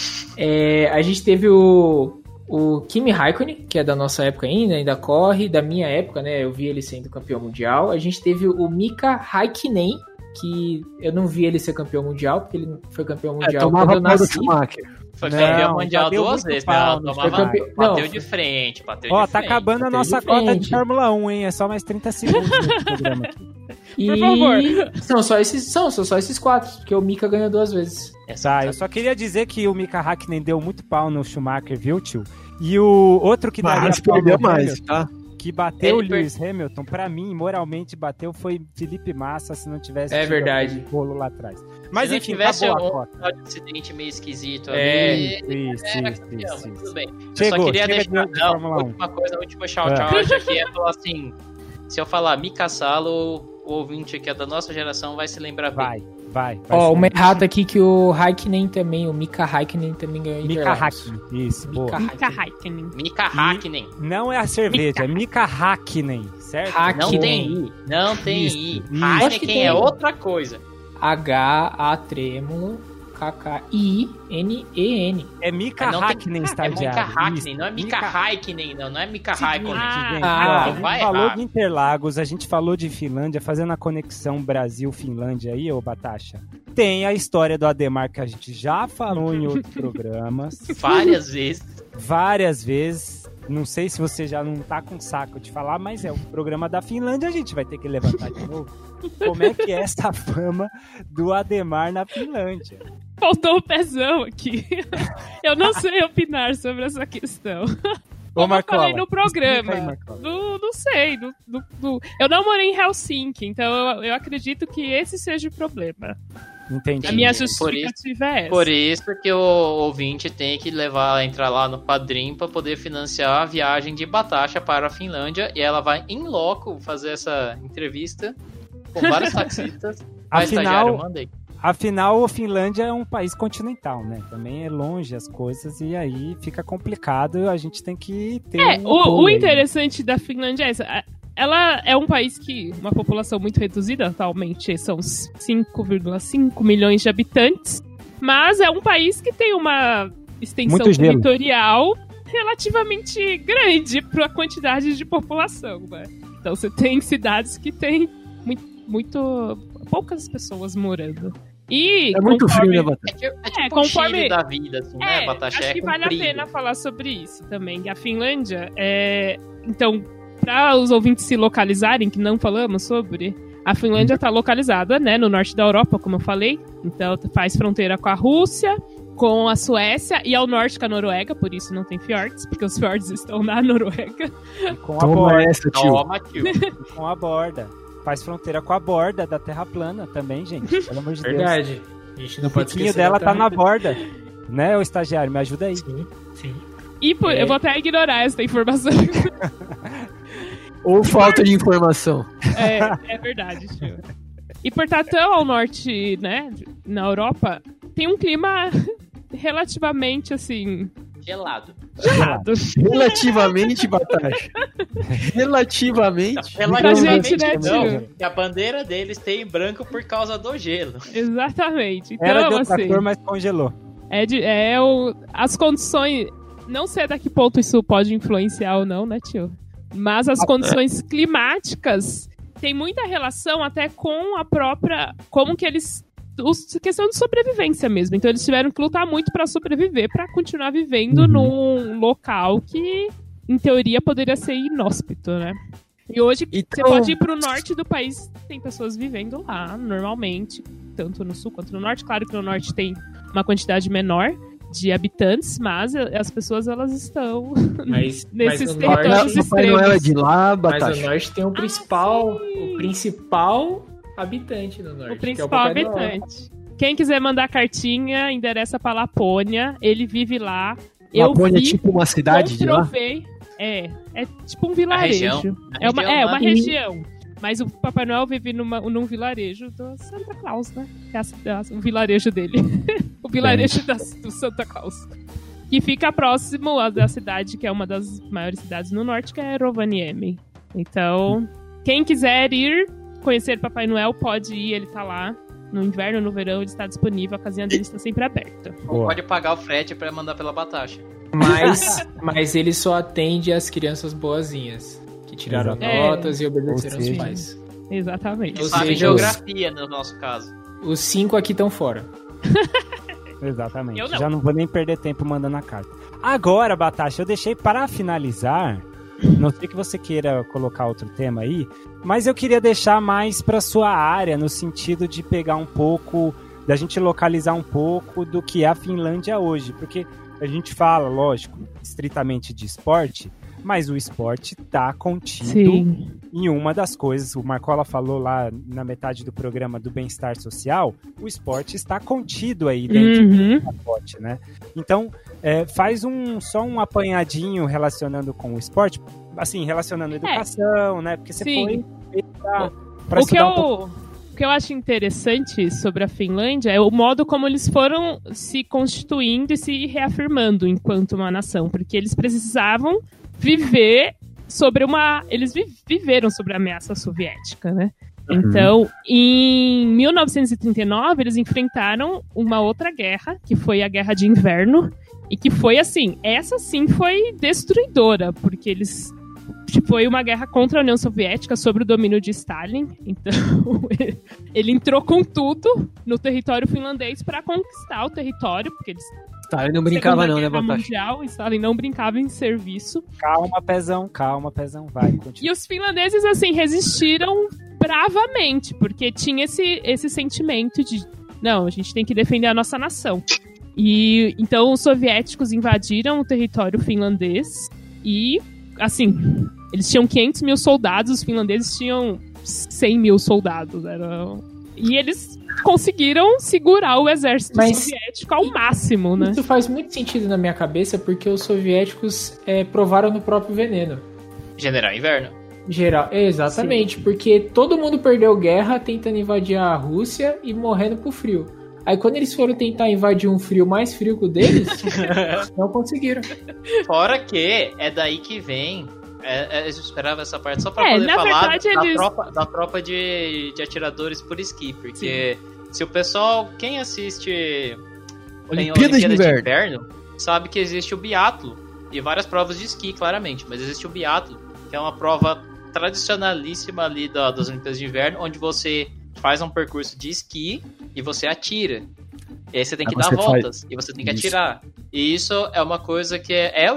A gente teve o Kimi Raikkonen, que é da nossa época ainda corre, da minha época, né? Eu vi ele sendo campeão mundial. A gente teve o Mika Häkkinen, que eu não vi ele ser campeão mundial, porque ele foi campeão mundial quando eu nasci. Foi campeão mundial 2 vezes, né? Ela tomava, bateu de frente, bateu de frente. Ó, tá acabando a nossa cota de Fórmula 1, hein? É só mais 30 segundos no programa aqui. Por favor. São só esses 4, porque o Mika ganhou 2 vezes. Tá, eu só queria dizer que o Mika Häkkinen deu muito pau no Schumacher, viu, tio? E o outro que daria pau no mais, tá? Que bateu o Lewis Hamilton, pra mim, moralmente bateu, foi Felipe Massa, se não tivesse verdade. Bolo lá atrás. Mas se enfim, tivesse acabou a cota. Um acidente meio esquisito ali, tudo bem. Eu só queria deixar a última shout-out aqui é falar assim, se eu falar Mika Salo, o ouvinte aqui da nossa geração vai se lembrar bem. Vai. Ó, uma errata aqui que o Häkkinen também, o Mika Häkkinen também ganhou Mika Häkkinen, isso, boa. Mika Häkkinen. Não é a cerveja, é Mika Häkkinen, certo? Não tem I. Heineken é outra coisa. H-A-K-K-I-N-E-N. É Mika Häkkinen, estagiário. É Mika Häkkinen, não é Mika Häkkinen, não é Mika Häkkinen. A gente falou de Interlagos, a gente falou de Finlândia, fazendo a conexão Brasil-Finlândia aí, ô Batasha. Tem a história do Ademar, que a gente já falou em outros programas. Várias vezes. Não sei se você já não tá com saco de falar, mas é o programa da Finlândia, a gente vai ter que levantar de novo. Como é que é essa fama do Ademar na Finlândia? Faltou o pezão aqui. Eu não sei opinar sobre essa questão. Como eu falei no programa. Não sei. Eu não morei em Helsinki, então eu acredito que esse seja o problema. Entendi. A minha justificativa é essa. Por isso que o ouvinte tem que entrar lá no Padrim para poder financiar a viagem de Batasha para a Finlândia, e ela vai in loco fazer essa entrevista com vários taxistas. Afinal, a Finlândia é um país continental, né? Também é longe as coisas e aí fica complicado, a gente tem que ter o interessante da Finlândia é essa. Ela é um país que uma população muito reduzida, atualmente são 5,5 milhões de habitantes, mas é um país que tem uma extensão territorial relativamente grande para a quantidade de população, né? Então você tem cidades que tem muito poucas pessoas morando. E é muito frio, né, Batasha? É tipo Chile da vida, assim, né, Batasha? Acho que vale a pena falar sobre isso também. A Finlândia então, para os ouvintes se localizarem, que não falamos sobre, a Finlândia está localizada, né, no norte da Europa, como eu falei. Então, faz fronteira com a Rússia, com a Suécia e ao norte com a Noruega, por isso não tem fiordes, porque os fiordes estão na Noruega. E com a borda. Com a borda. Faz fronteira com a borda da Terra plana também, gente. Pelo amor de Deus. Verdade. A gente não pode esquecer. O dela tá na borda. Né, o estagiário? Me ajuda aí. Sim. E eu vou até ignorar essa informação. Ou falta de informação. É verdade, tio. E por estar tão ao norte, né, na Europa, tem um clima relativamente, assim... Gelado. Relativamente, Batasha. Relativamente. Pra gente, né, tio? A bandeira deles tem branco por causa do gelo. Exatamente. Então, era de outra cor, mas congelou. As condições... Não sei até que ponto isso pode influenciar ou não, né, tio? Mas as condições climáticas têm muita relação até com a própria... Como que eles... Questão de sobrevivência mesmo. Então eles tiveram que lutar muito pra sobreviver, pra continuar vivendo num local que, em teoria, poderia ser inóspito, né? E hoje você pode ir pro norte do país, tem pessoas vivendo lá, normalmente, tanto no sul quanto no norte. Claro que no norte tem uma quantidade menor de habitantes, mas as pessoas, elas estão nesses territórios extremos. Não é de lá, Batasha. Mas o norte tem o principal habitante no norte. O principal habitante. Quem quiser mandar cartinha, endereça pra Lapônia. Ele vive lá. Lapônia é tipo uma cidade de lá? É tipo um vilarejo. É uma região. Mas o Papai Noel vive num vilarejo do Santa Claus, né? É o vilarejo dele. O vilarejo do Santa Claus. Que fica próximo da cidade, que é uma das maiores cidades no norte, que é Rovaniemi. Então, quem quiser ir conhecer Papai Noel, pode ir, ele tá lá. No inverno, no verão, ele está disponível, a casinha dele está sempre aberta. Ou pode pagar o frete pra mandar pela Batasha. Mas ele só atende as crianças boazinhas, que tiraram notas e obedeceram os pais. Exatamente. Ou seja, geografia no nosso caso. Os 5 aqui estão fora. Exatamente. Já não vou nem perder tempo mandando a carta. Agora, Batasha, eu deixei para finalizar. Não sei que você queira colocar outro tema aí, mas eu queria deixar mais para sua área, no sentido de pegar um pouco, da gente localizar um pouco do que é a Finlândia hoje, porque a gente fala, lógico, estritamente de esporte, mas o esporte está contido em uma das coisas. O Marcola falou lá na metade do programa do bem-estar social, o esporte está contido aí dentro do pacote, né? Então, faz só um apanhadinho relacionando com o esporte, assim, relacionando a educação, né? Porque você foi para estudar O que eu acho interessante sobre a Finlândia é o modo como eles foram se constituindo e se reafirmando enquanto uma nação, porque eles precisavam viver sobre eles viveram sobre a ameaça soviética, né? Então, em 1939, eles enfrentaram uma outra guerra, que foi a Guerra de Inverno, e que foi assim, essa sim foi destruidora, porque foi uma guerra contra a União Soviética sobre o domínio de Stalin. Então, ele entrou com tudo no território finlandês para conquistar o território, porque eles... Stalin não brincava não, né, Mundial, Stalin não brincava em serviço. Calma, pezão, vai, continua. E os finlandeses, assim, resistiram bravamente, porque tinha esse sentimento de, não, a gente tem que defender a nossa nação. E então os soviéticos invadiram o território finlandês e, assim, eles tinham 500 mil soldados, os finlandeses tinham 100 mil soldados. E eles conseguiram segurar o exército soviético ao máximo, né? Isso faz muito sentido na minha cabeça, porque os soviéticos provaram no próprio veneno. General Inverno. Exatamente, sim. Porque todo mundo perdeu guerra tentando invadir a Rússia e morrendo pro frio. Aí quando eles foram tentar invadir um frio mais frio que o deles, não conseguiram. Fora que é daí que vem... eu esperava essa parte só pra poder falar verdade, da tropa de atiradores por esqui, porque se o pessoal, quem assiste Olimpíada de Inverno, sabe que existe o biatlo e várias provas de esqui, claramente, mas existe o biatlo, que é uma prova tradicionalíssima ali das Olimpíadas de Inverno, onde você faz um percurso de esqui e você atira. E aí você tem que dar voltas e você tem que atirar. E isso é uma coisa que é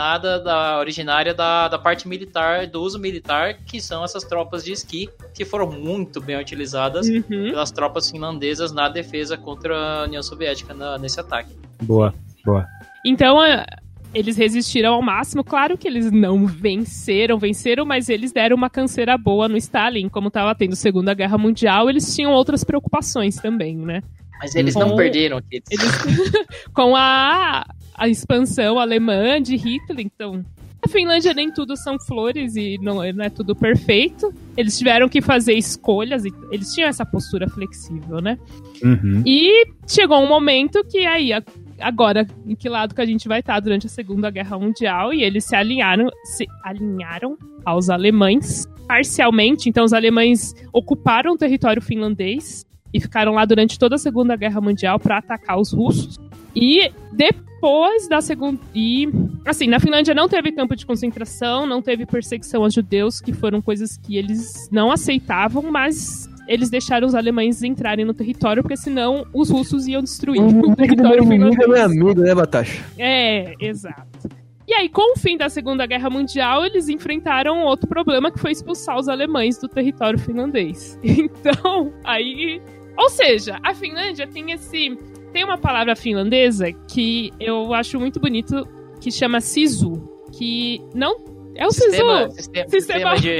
originária da parte militar, do uso militar, que são essas tropas de esqui, que foram muito bem utilizadas pelas tropas finlandesas na defesa contra a União Soviética nesse ataque. Boa. Então, eles resistiram ao máximo. Claro que eles não venceram, mas eles deram uma canseira boa no Stalin. Como estava tendo Segunda Guerra Mundial, eles tinham outras preocupações também, né? Mas eles não perderam. Com a expansão alemã de Hitler, então... A Finlândia nem tudo são flores e não é tudo perfeito. Eles tiveram que fazer escolhas, eles tinham essa postura flexível, né? E chegou um momento que aí... Agora, em que lado que a gente vai estar durante a Segunda Guerra Mundial, e eles se alinharam aos alemães, parcialmente. Então, os alemães ocuparam o território finlandês e ficaram lá durante toda a Segunda Guerra Mundial para atacar os russos. E depois da Segunda... E, assim, na Finlândia não teve campo de concentração, não teve perseguição aos judeus, que foram coisas que eles não aceitavam, mas... Eles deixaram os alemães entrarem no território, porque senão os russos iam destruir o território finlandês. Meu amigo, né, Batasha? Exato. E aí, com o fim da Segunda Guerra Mundial, eles enfrentaram outro problema, que foi expulsar os alemães do território finlandês. Então, aí... Ou seja, a Finlândia tem uma palavra finlandesa que eu acho muito bonito, que chama sisu, que não... É o sistema de...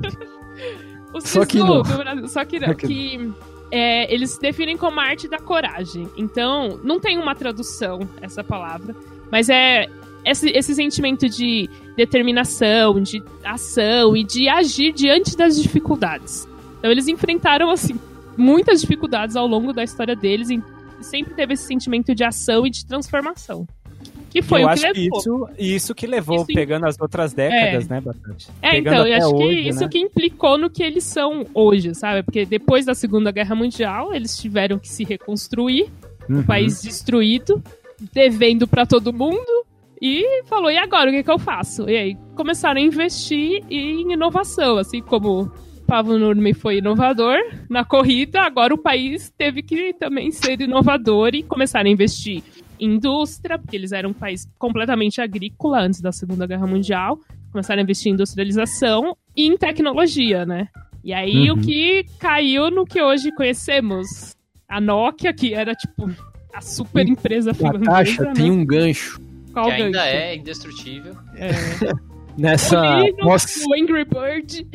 O só que não. Do Brasil, só que não. Que eles definem como a arte da coragem. Então, não tem uma tradução essa palavra, mas é esse sentimento de determinação, de ação e de agir diante das dificuldades. Então, eles enfrentaram, assim, muitas dificuldades ao longo da história deles e sempre teve esse sentimento de ação e de transformação. Que foi eu o que acho levou. Que isso que levou, isso pegando as outras décadas, né, bastante. Então, eu acho hoje, que isso que implicou no que eles são hoje, sabe? Porque depois da Segunda Guerra Mundial, eles tiveram que se reconstruir, o país destruído, devendo pra todo mundo, e falou, e agora, o que eu faço? E aí começaram a investir em inovação, assim como Paavo Nurmi foi inovador na corrida, agora o país teve que também ser inovador e começar a investir em indústria, porque eles eram um país completamente agrícola antes da Segunda Guerra Mundial, começaram a investir em industrialização e em tecnologia, né? E aí o que caiu no que hoje conhecemos, a Nokia, que era tipo a super empresa finlandesa, Natasha, né? tem um gancho. Qual que gancho? ainda é indestrutível. Nessa o Angry Bird.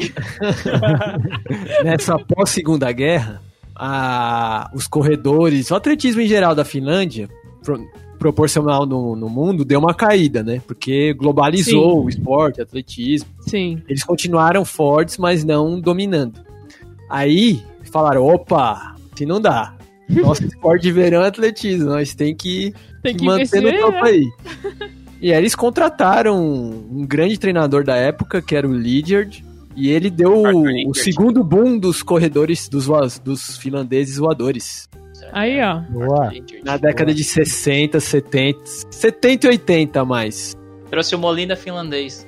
Nessa pós-Segunda Guerra, os corredores, o atletismo em geral da Finlândia, proporcional no mundo, deu uma caída, né? Porque globalizou o esporte, o atletismo. Sim. Eles continuaram fortes, mas não dominando. Aí, falaram, opa, se não dá. Nosso esporte de verão é atletismo, nós tem que manter no topo aí. E aí eles contrataram um grande treinador da época, que era o Lidgard, e ele deu o segundo boom dos corredores, dos finlandeses voadores. Aí, ó. Boa. Na década de 60, 70 e 80 mais. Trouxe o Molina finlandês.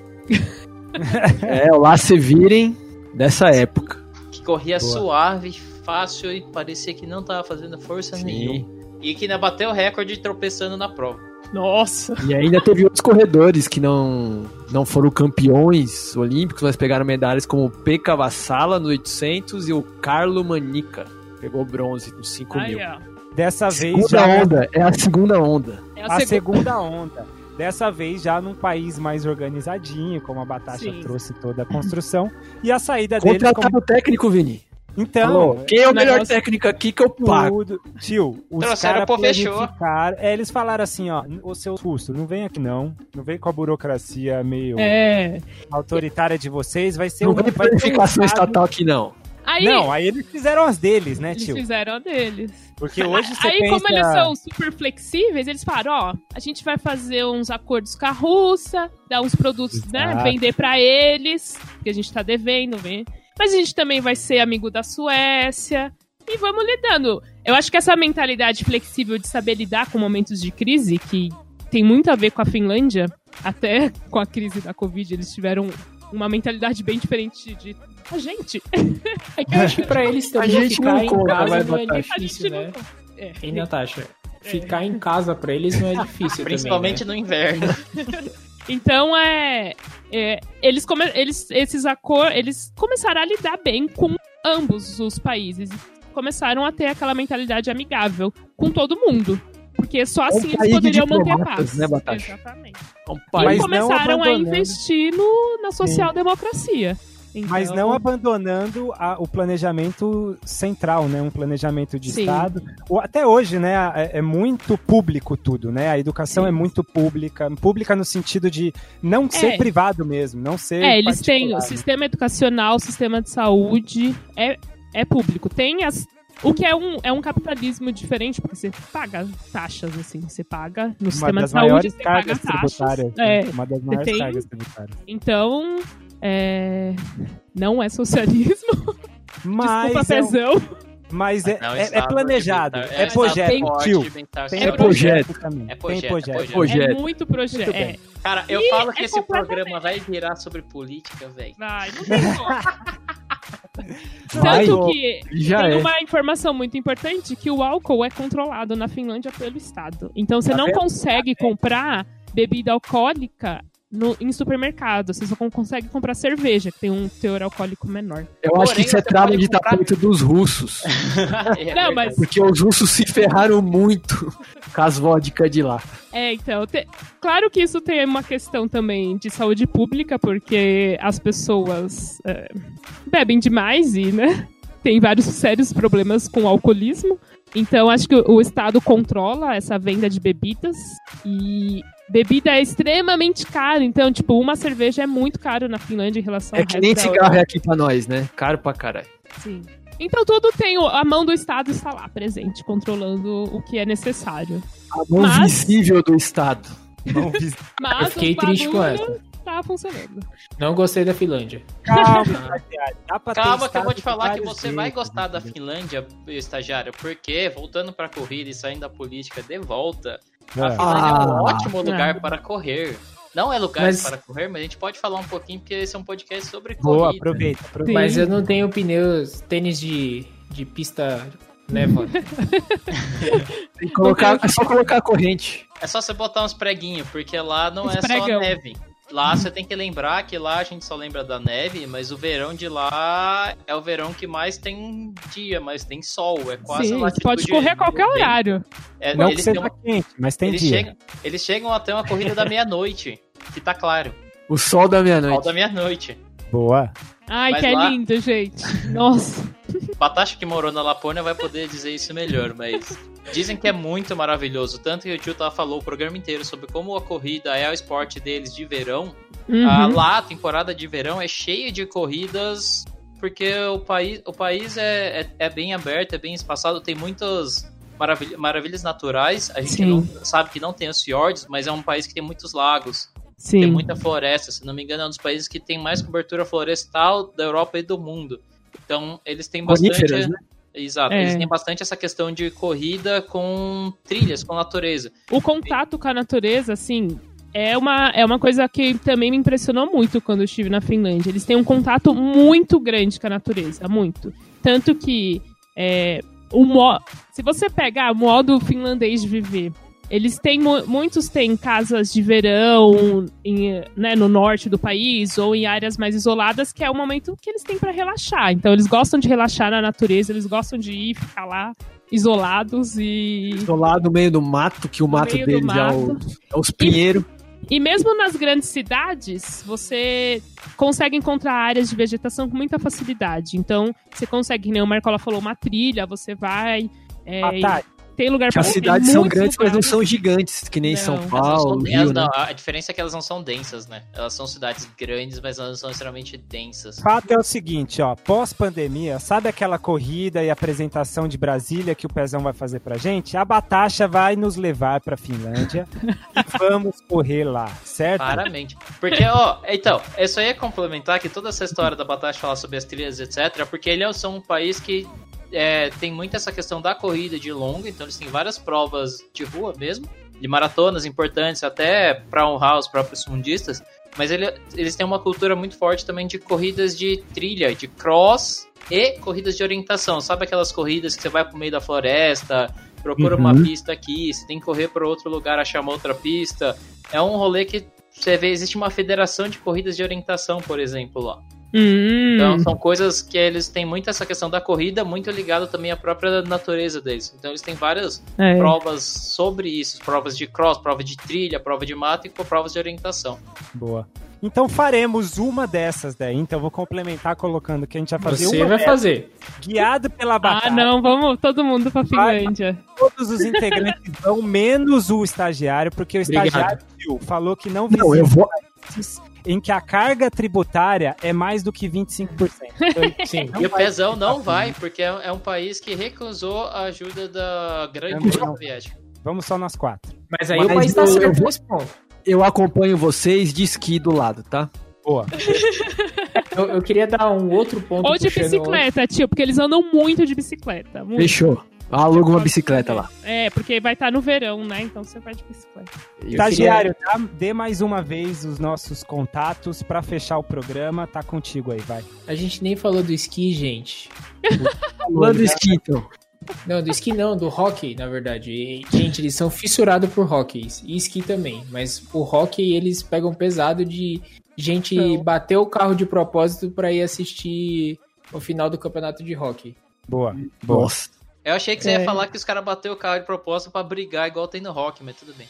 O Lasse Viren dessa época. Que corria suave, fácil e parecia que não tava fazendo força nenhuma. E que ainda bateu o recorde tropeçando na prova. Nossa! E ainda teve outros corredores que não foram campeões olímpicos, mas pegaram medalhas, como o Pekka Vassala no 800 e o Carlo Manica. Pegou bronze nos 5.000. Dessa vez segunda onda, é a segunda onda. É a segunda onda. Dessa vez já num país mais organizadinho, como a Batasha trouxe toda a construção. E a saída deles... Contratado o técnico, Vini. Então... Falou, quem é o melhor técnico aqui que eu pago? Tio, os caras planificaram... eles falaram assim, ó, o seu Russo, não vem aqui não vem com a burocracia meio autoritária de vocês, vai ser não vai planificação estatal aqui não. Aí eles fizeram as deles, né, tio? Eles fizeram deles. Porque hoje você pensa... como eles são super flexíveis, eles falaram, ó, a gente vai fazer uns acordos com a Rússia, dar uns produtos, né, vender pra eles, que a gente tá devendo, mas a gente também vai ser amigo da Suécia, e vamos lidando. Eu acho que essa mentalidade flexível de saber lidar com momentos de crise, que tem muito a ver com a Finlândia, até com a crise da Covid, eles tiveram uma mentalidade bem diferente de a gente. É que eu acho que pra eles também ficar em casa não é difícil, né? E Natasha, ficar em casa pra eles não é difícil principalmente também, né? No inverno. Então, eles começaram a lidar bem com ambos os países. Começaram a ter aquela mentalidade amigável com todo mundo. Porque só assim eles poderiam manter a paz. Né, Batasha? Exatamente. E começaram a investir na social-democracia. Então... Mas não abandonando o planejamento central, né? Um planejamento de Estado. Até hoje, né? É muito público tudo, né? A educação é muito pública. Pública no sentido de não ser privado mesmo, não ser eles têm o sistema educacional, o sistema de saúde, é público. Tem o que é um capitalismo diferente, porque você paga taxas, assim, você paga no sistema de saúde, você paga taxas. Uma das maiores cargas tributárias. Então... não é socialismo. Mas desculpa, pezão. Mas é planejado. É projeto, tio. Tem projeto também. Tem projeto. É muito projeto. Cara, eu falo que esse programa vai virar sobre política, velho. Vai, não tem como. Tanto que tem uma informação muito importante, que o álcool é controlado na Finlândia pelo Estado. Então você não consegue comprar bebida alcoólica em supermercado. Você só consegue comprar cerveja, que tem um teor alcoólico menor. Eu acho que isso é trava de tapete dos russos. Não, mas... Porque os russos se ferraram muito com as vodkas de lá. Então, claro que isso tem uma questão também de saúde pública, porque as pessoas bebem demais e, né, tem vários sérios problemas com o alcoolismo. Então, acho que o Estado controla essa venda de bebidas e bebida é extremamente cara. Então, tipo, uma cerveja é muito caro na Finlândia em relação ao resto da Europa. É que nem cigarro é aqui pra nós, né? Caro pra caralho. Sim. Então, tudo tem... A mão do Estado está lá, presente, controlando o que é necessário. A mão visível do Estado. Mas eu fiquei triste com essa. Tá funcionando. Não gostei da Finlândia. Calma que eu vou te falar que você vai gostar da Finlândia, estagiário, porque, voltando pra corrida e saindo da política de volta, a Finlândia é um ótimo lugar para correr. Não é lugares para correr, mas a gente pode falar um pouquinho, porque esse é um podcast sobre corrida. Boa, aproveita. Mas eu não tenho tênis de pista neva. É só colocar a corrente. É só você botar uns preguinhos, porque lá não é só neve. Lá você tem que lembrar que lá a gente só lembra da neve, mas o verão de lá é o verão que mais tem dia, mais tem sol. É quase Sim, você pode correr a qualquer horário. Não que seja quente, mas tem dia. Eles chegam até uma corrida da meia-noite, que tá claro. O sol da meia-noite. O sol da meia-noite. Boa. Ai, mas que lá... é lindo, gente. Nossa. Batacha que morou na Lapônia vai poder dizer isso melhor, mas dizem que é muito maravilhoso. Tanto que o tio falou o programa inteiro sobre como a corrida é o esporte deles de verão. Lá, a temporada de verão é cheia de corridas, porque o país é bem aberto, é bem espaçado, tem muitas maravilhas naturais. A gente não sabe que não tem os fiordes, mas é um país que tem muitos lagos. Sim. Tem muita floresta, se não me engano é um dos países que tem mais cobertura florestal da Europa e do mundo. Então, eles têm bastante... né? Exato, eles têm bastante essa questão de corrida com trilhas, com natureza. O contato com a natureza, assim, é uma coisa que também me impressionou muito quando eu estive na Finlândia. Eles têm um contato muito grande com a natureza, muito. Tanto que, se você pegar o modo finlandês de viver... Eles têm, muitos têm casas de verão no norte do país ou em áreas mais isoladas, que é o momento que eles têm para relaxar. Então, eles gostam de relaxar na natureza, eles gostam de ir ficar lá isolados e... Isolado no meio do mato, que o mato deles é os pinheiros. E mesmo nas grandes cidades, você consegue encontrar áreas de vegetação com muita facilidade. Então, você consegue, que nem o Marcola falou, uma trilha, você vai... Tem lugar pra as cidades são grandes, mas não são gigantes, que nem São Paulo, Rio, né? A diferença é que elas não são densas, né? Elas são cidades grandes, mas elas não são extremamente densas. O fato é o seguinte, ó, pós-pandemia, sabe aquela corrida e apresentação de Brasília que o Pezão vai fazer pra gente? A Batacha vai nos levar pra Finlândia e vamos correr lá, certo? Claramente. Porque, então, eu só ia complementar que toda essa história da Batacha falar sobre as trilhas, etc., porque eles são um país que tem muito essa questão da corrida de longa, então eles têm várias provas de rua mesmo, de maratonas importantes, até para honrar os próprios fundistas, mas eles têm uma cultura muito forte também de corridas de trilha, de cross e corridas de orientação. Sabe aquelas corridas que você vai pro meio da floresta, procura uma pista aqui, você tem que correr para outro lugar, achar uma outra pista. É um rolê que você vê, existe uma federação de corridas de orientação, por exemplo, lá. Então são coisas que eles têm muito essa questão da corrida, muito ligado também à própria natureza deles. Então eles têm várias provas sobre isso, provas de cross, prova de trilha, prova de mato e provas de orientação. Boa. Então faremos uma dessas daí, então vou complementar colocando que a gente vai fazer Você vai fazer. Guiado pela Batacha. Não, vamos todo mundo pra Finlândia. Todos os integrantes vão, menos o estagiário, porque o estagiário falou que não visita eu vou... em que a carga tributária é mais do que 25%. Então, sim. E o Pezão não vai, porque é um país que recusou a ajuda da grande União Soviética. Vamos só nós 4. Mas aí o país tá certo nesse ponto. Eu acompanho vocês de esqui do lado, tá? Boa. Eu queria dar um outro ponto. Ou de bicicleta, tio, porque eles andam muito de bicicleta. Muito. Fechou. Aluga uma bicicleta lá. Porque vai estar no verão, né? Então você vai de bicicleta. Estagiário, dê mais uma vez os nossos contatos pra fechar o programa. Tá contigo aí, vai. A gente nem falou do esqui, gente. Falando do esqui, então. Não, do esqui não, do hockey, na verdade. E, gente, eles são fissurados por hockey. E esqui também. Mas o hockey, eles pegam pesado de gente bater o carro de propósito pra ir assistir o final do campeonato de hockey. Boa. Nossa. Eu achei que você ia falar que os caras bateram o carro de propósito pra brigar igual tem no rock, mas tudo bem.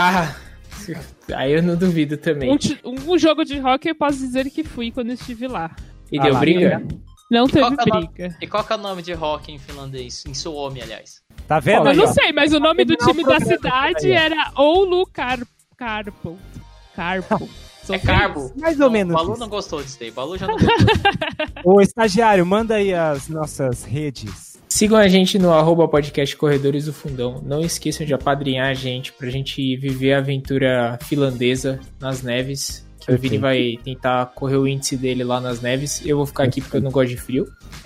Aí eu não duvido também. Um jogo de hockey eu posso dizer que fui quando eu estive lá. E deu briga? Não teve briga. E qual que é o nome de hockey em finlandês? Em Suomi, aliás. Tá vendo? Eu não sei, mas o nome do time da cidade era Oulu Karpo. É Carbo. Mais ou menos. O Balu não gostou disso daí. O Balu já não gostou. Ô, estagiário, manda aí as nossas redes. Sigam a gente no @podcast Corredores do Fundão. Não esqueçam de apadrinhar a gente pra gente viver a aventura finlandesa nas neves. Que o Vini vai tentar correr o índice dele lá nas neves. Eu vou ficar aqui porque eu não gosto de frio.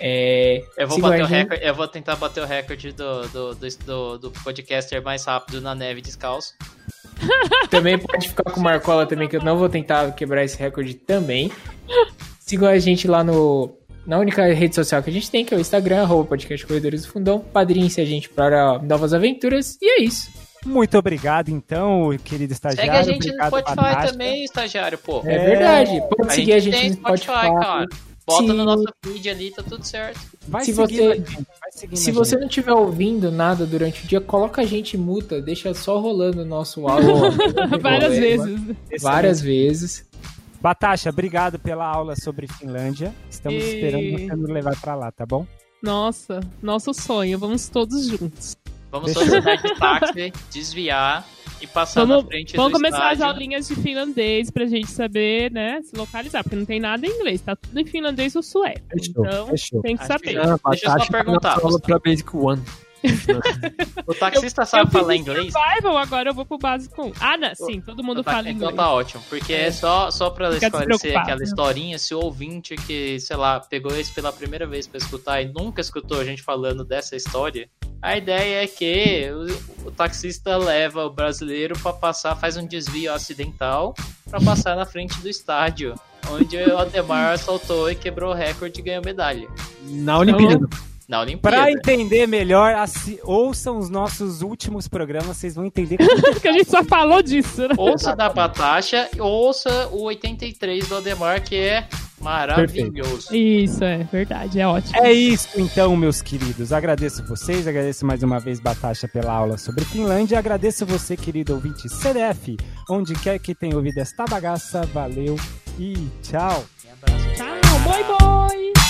Eu vou tentar bater o recorde do podcaster mais rápido na neve descalço. Também pode ficar com o Marcola também, que eu não vou tentar quebrar esse recorde também. Sigam a gente lá na única rede social que a gente tem, que é o Instagram, @podcast Corredores do Fundão. Padrinhe-se a gente para novas aventuras. E é isso. Muito obrigado, então, querido estagiário. Segue a gente obrigado, no Spotify Batata. também, estagiário, pô. É verdade. Pode seguir a gente tem no Spotify. cara. Bota Sim. no nosso feed ali, tá tudo certo. Vai Se seguindo você- a gente, vai seguindo Se a você gente. não estiver ouvindo nada durante o dia, coloca a gente em multa, deixa só rolando o nosso áudio. Várias vezes. Várias vezes. Batasha, obrigado pela aula sobre Finlândia. Estamos E- esperando você nos levar pra lá, tá bom? Nossa, nosso sonho. Vamos todos juntos. Vamos todos andar de táxi, desviar e passar na frente Vamos do começar estádio. as aulinhas de finlandês pra gente saber, né, se localizar. Porque não tem nada em inglês, tá tudo em finlandês ou sueco. Fechou, Então, fechou. tem que Acho saber. que- Deixa eu só perguntar. Aula pra Basic One. O taxista sabe falar inglês? Survival, agora eu vou pro básico 1. Ah, não, sim, todo mundo fala Então inglês. tá ótimo, porque é só pra Fica esclarecer despreocupado. aquela historinha, se o ouvinte que, sei lá, pegou esse pela primeira vez pra escutar e nunca escutou a gente falando dessa história, a ideia é que o taxista leva o brasileiro pra passar, faz um desvio acidental pra passar na frente do estádio, onde o Ademar saltou e quebrou o recorde e ganhou medalha. Na Olimpíada. Na Olimpíada. Pra entender melhor, ouçam os nossos últimos programas, vocês vão entender. Porque a gente só falou disso, né? Ouça da Batasha, ouça o 83 do Ademar, que é maravilhoso. Isso, é verdade, é ótimo. É isso então, meus queridos. Agradeço vocês, agradeço mais uma vez, Batasha, pela aula sobre Finlândia. Agradeço você, querido ouvinte CDF, onde quer que tenha ouvido esta bagaça. Valeu e tchau. Um abraço. Tchau, boi boi!